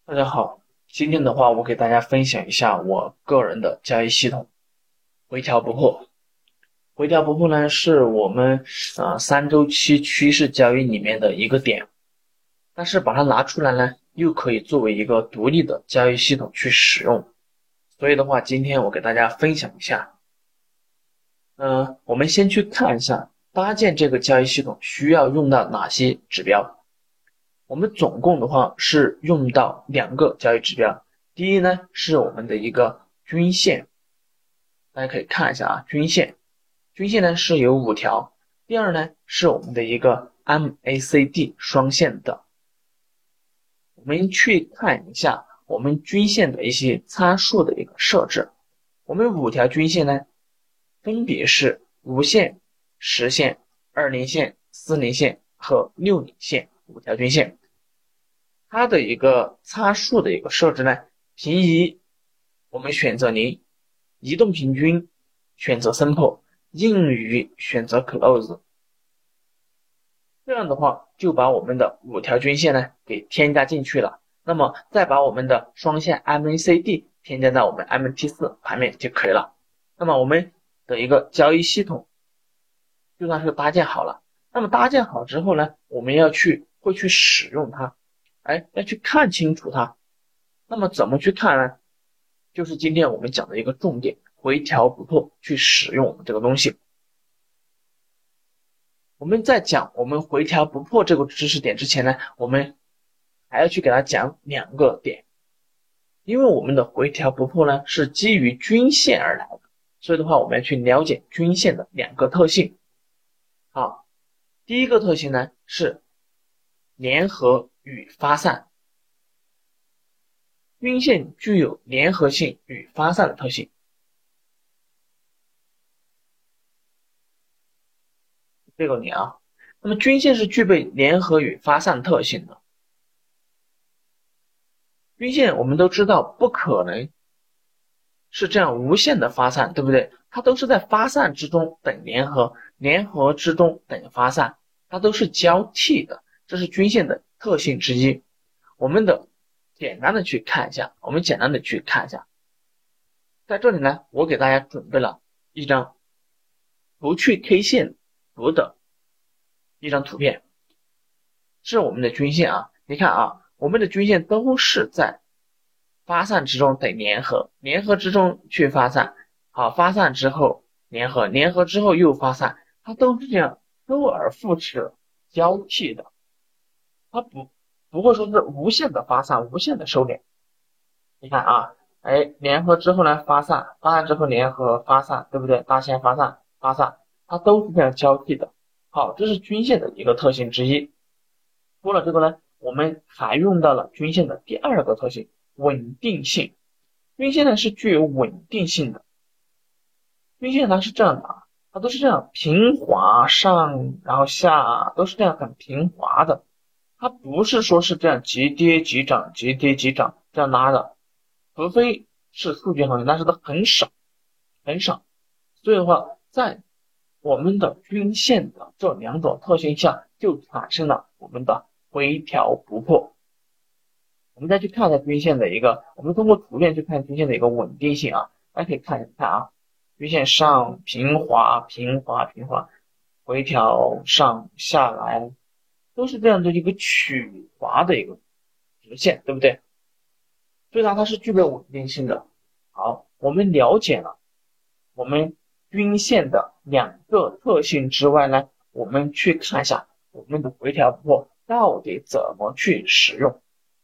大家好，今天的话，我给大家分享一下我个人的交易系统回调不破。回调不破呢，是我们三周期趋势交易里面的一个点，但是把它拿出来呢，又可以作为一个独立的交易系统去使用。所以的话，今天我给大家分享一下。我们先去看一下搭建这个交易系统需要用到哪些指标。我们总共的话是用到两个交易指标，第一呢是我们的一个均线，大家可以看一下啊，均线呢是有5条，第二呢是我们的一个 MACD 双线的。我们去看一下我们均线的一些参数的一个设置，我们5条均线呢分别是5线、10线、20线、40线和60线5条均线。它的一个参数的一个设置呢，平移我们选择0，移动平均选择 simple， 硬鱼选择 close。 这样的话就把我们的5条均线呢给添加进去了，那么再把我们的双线 MACD 添加到我们 MT4 盘面就可以了。那么我们的一个交易系统就算是搭建好了。那么搭建好之后呢，我们会去使用它，要去看清楚它。那么怎么去看呢？就是今天我们讲的一个重点，回调不破去使用我们这个东西。我们在讲我们回调不破这个知识点之前呢，我们还要去给它讲2个点。因为我们的回调不破呢是基于均线而来的，所以的话我们要去了解均线的2个特性。好，第一个特性呢是联合与发散。均线具有联合性与发散的特性。这个点啊，那么均线是具备联合与发散特性的。均线我们都知道不可能是这样无限的发散，对不对？它都是在发散之中等联合，联合之中等发散，它都是交替的，这是均线的特性之一。我们简单的去看一下，在这里呢，我给大家准备了一张不去 K 线图的一张图片，是我们的均线啊。你看啊，我们的均线都是在发散之中等联合，联合之中去发散，好，发散之后联合，联合之后又发散，它都是这样周而复始交替的，它不会说是无限的发散，无限的收敛。你看啊，联合之后呢发散，发散之后联合发散，对不对？大线发散，发散，它都是这样交替的。好，这是均线的一个特性之一。除了这个呢，我们还用到了均线的第2个特性，稳定性。均线呢是具有稳定性的。均线它是这样的啊，它都是这样平滑上然后下，都是这样很平滑的，它不是说是这样急跌急涨，急跌急涨这样拉的，除非是数据行情，但是它很少很少。所以的话，在我们的均线的这2种特性下，就产生了我们的回调不破。我们再去看一下均线的一个，我们通过图片去看均线的一个稳定性啊，大家可以看一看啊，均线上平滑平滑平滑，回调上下来，都是这样的一个曲滑的一个直线，对不对？所以它是具备稳定性的。好，我们了解了我们均线的2个特性之外呢，我们去看一下我们的回调不破到底怎么去使用。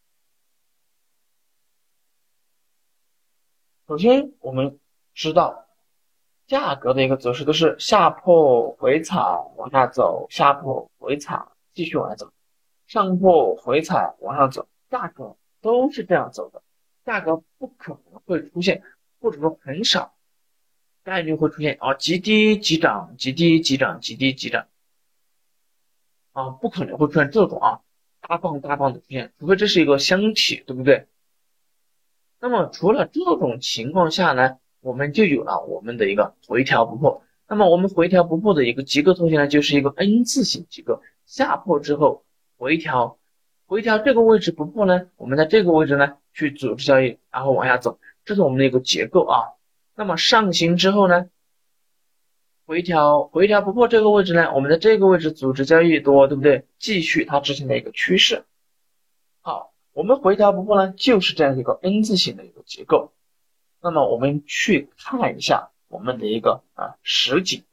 首先我们知道价格的一个走势都是下破回踩往下走，下破回踩继续往下走，上破回踩往上走，价格都是这样走的，价格不可能会出现，或者说很少概率会出现急跌急涨，急跌急涨，急跌急涨不可能会出现这种大棒的出现，除非这是一个箱体，对不对？那么除了这种情况下呢，我们就有了我们的一个回调不破。那么我们回调不破的一个极个特性呢，就是一个 N 字形极个，下破之后回调回调这个位置不破呢，我们在这个位置呢去组织交易，然后往下走，这是我们的一个结构啊。那么上行之后呢，回调不破这个位置呢，我们在这个位置组织交易多，对不对？继续它之前的一个趋势。好，我们回调不破呢，就是这样一个 N 字形的一个结构。那么我们去看一下我们的一个实景。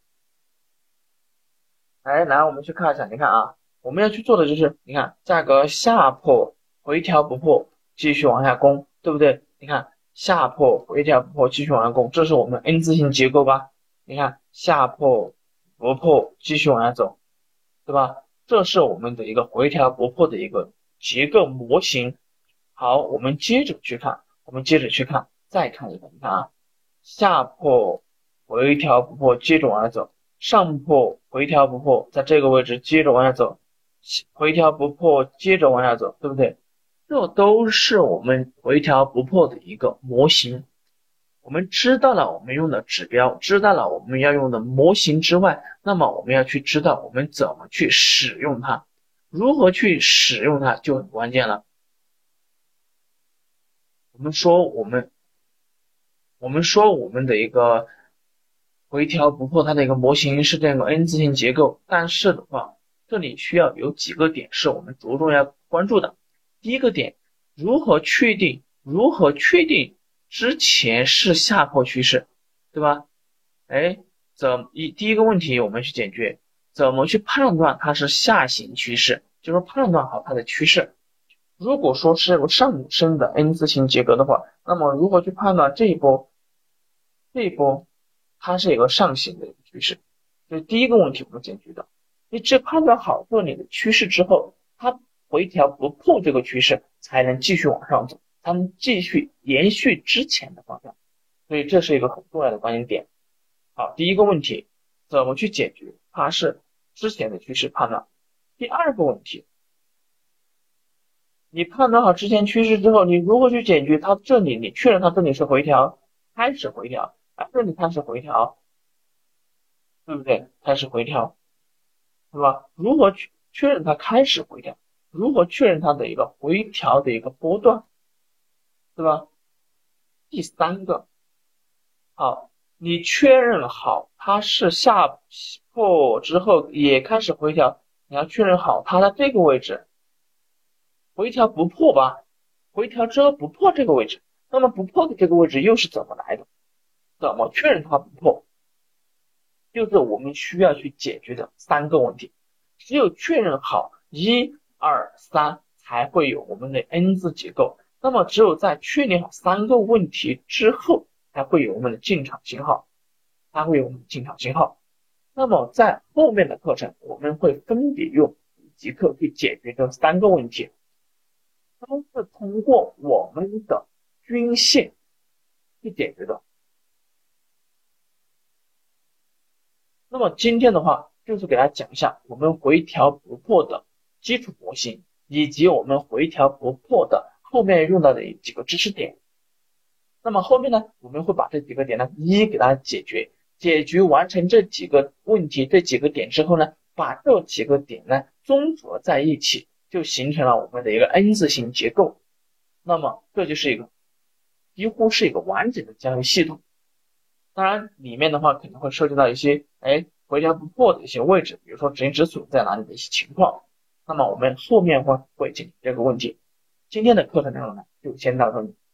来，我们去看一下，你看啊，我们要去做的就是，你看价格下破回调不破，继续往下攻，对不对？你看下破回调不破，继续往下攻，这是我们 N 字形结构吧？你看下破不破，继续往下走，对吧？这是我们的一个回调不破的一个结构模型。好，我们接着去看，再看一个，你看啊，下破回调不破，接着往下走。上破回调不破，在这个位置接着往下走，回调不破接着往下走，对不对？这都是我们回调不破的一个模型。我们知道了我们用的指标，知道了我们要用的模型之外，那么我们要去知道我们怎么去使用它，如何去使用它就很关键了。我们说我们的一个回调不破它的一个模型是这样一个 N 字形结构，但是的话，这里需要有几个点是我们着重要关注的。第一个点，如何确定之前是下破趋势，对吧？第一个问题我们去解决，怎么去判断它是下行趋势，就是判断好它的趋势。如果说是有上升的 N 字形结构的话，那么如何去判断这一波它是一个上行的一个趋势？这是第一个问题我们解决的。你只判断好这里的趋势之后，它回调不破这个趋势，才能继续往上走，才能继续延续之前的方向。所以这是一个很重要的关键点。好，第一个问题怎么去解决它是之前的趋势判断？第二个问题，你判断好之前趋势之后，你如何去解决它这里？你确认它这里是回调，开始回调，这里开始回调，对不对？开始回调，对吧？如何去确认它开始回调？如何确认它的一个回调的一个波段，对吧？第三个，好，你确认好它是下破之后也开始回调，你要确认好它在这个位置回调不破吧？回调之后不破这个位置，那么不破的这个位置又是怎么来的？怎么确认它不破？就是我们需要去解决的三个问题。只有确认好1、2、3，才会有我们的 N 字结构。那么只有在确定好三个问题之后，才会有我们的进场信号，那么在后面的课程，我们会分别用几节课去解决这三个问题，都是通过我们的均线去解决的。那么今天的话，就是给大家讲一下我们回调不破的基础模型，以及我们回调不破的后面用到的几个知识点。那么后面呢，我们会把这几个点呢一一给大家解决完成这几个问题、这几个点之后呢，把这几个点呢综合在一起，就形成了我们的一个 N 字形结构。那么这就是几乎是一个完整的交易系统。当然里面的话可能会涉及到一些回调不破的一些位置，比如说止盈止损在哪里的一些情况，那么我们后面会解决这个问题。今天的课程内容呢就先到这里。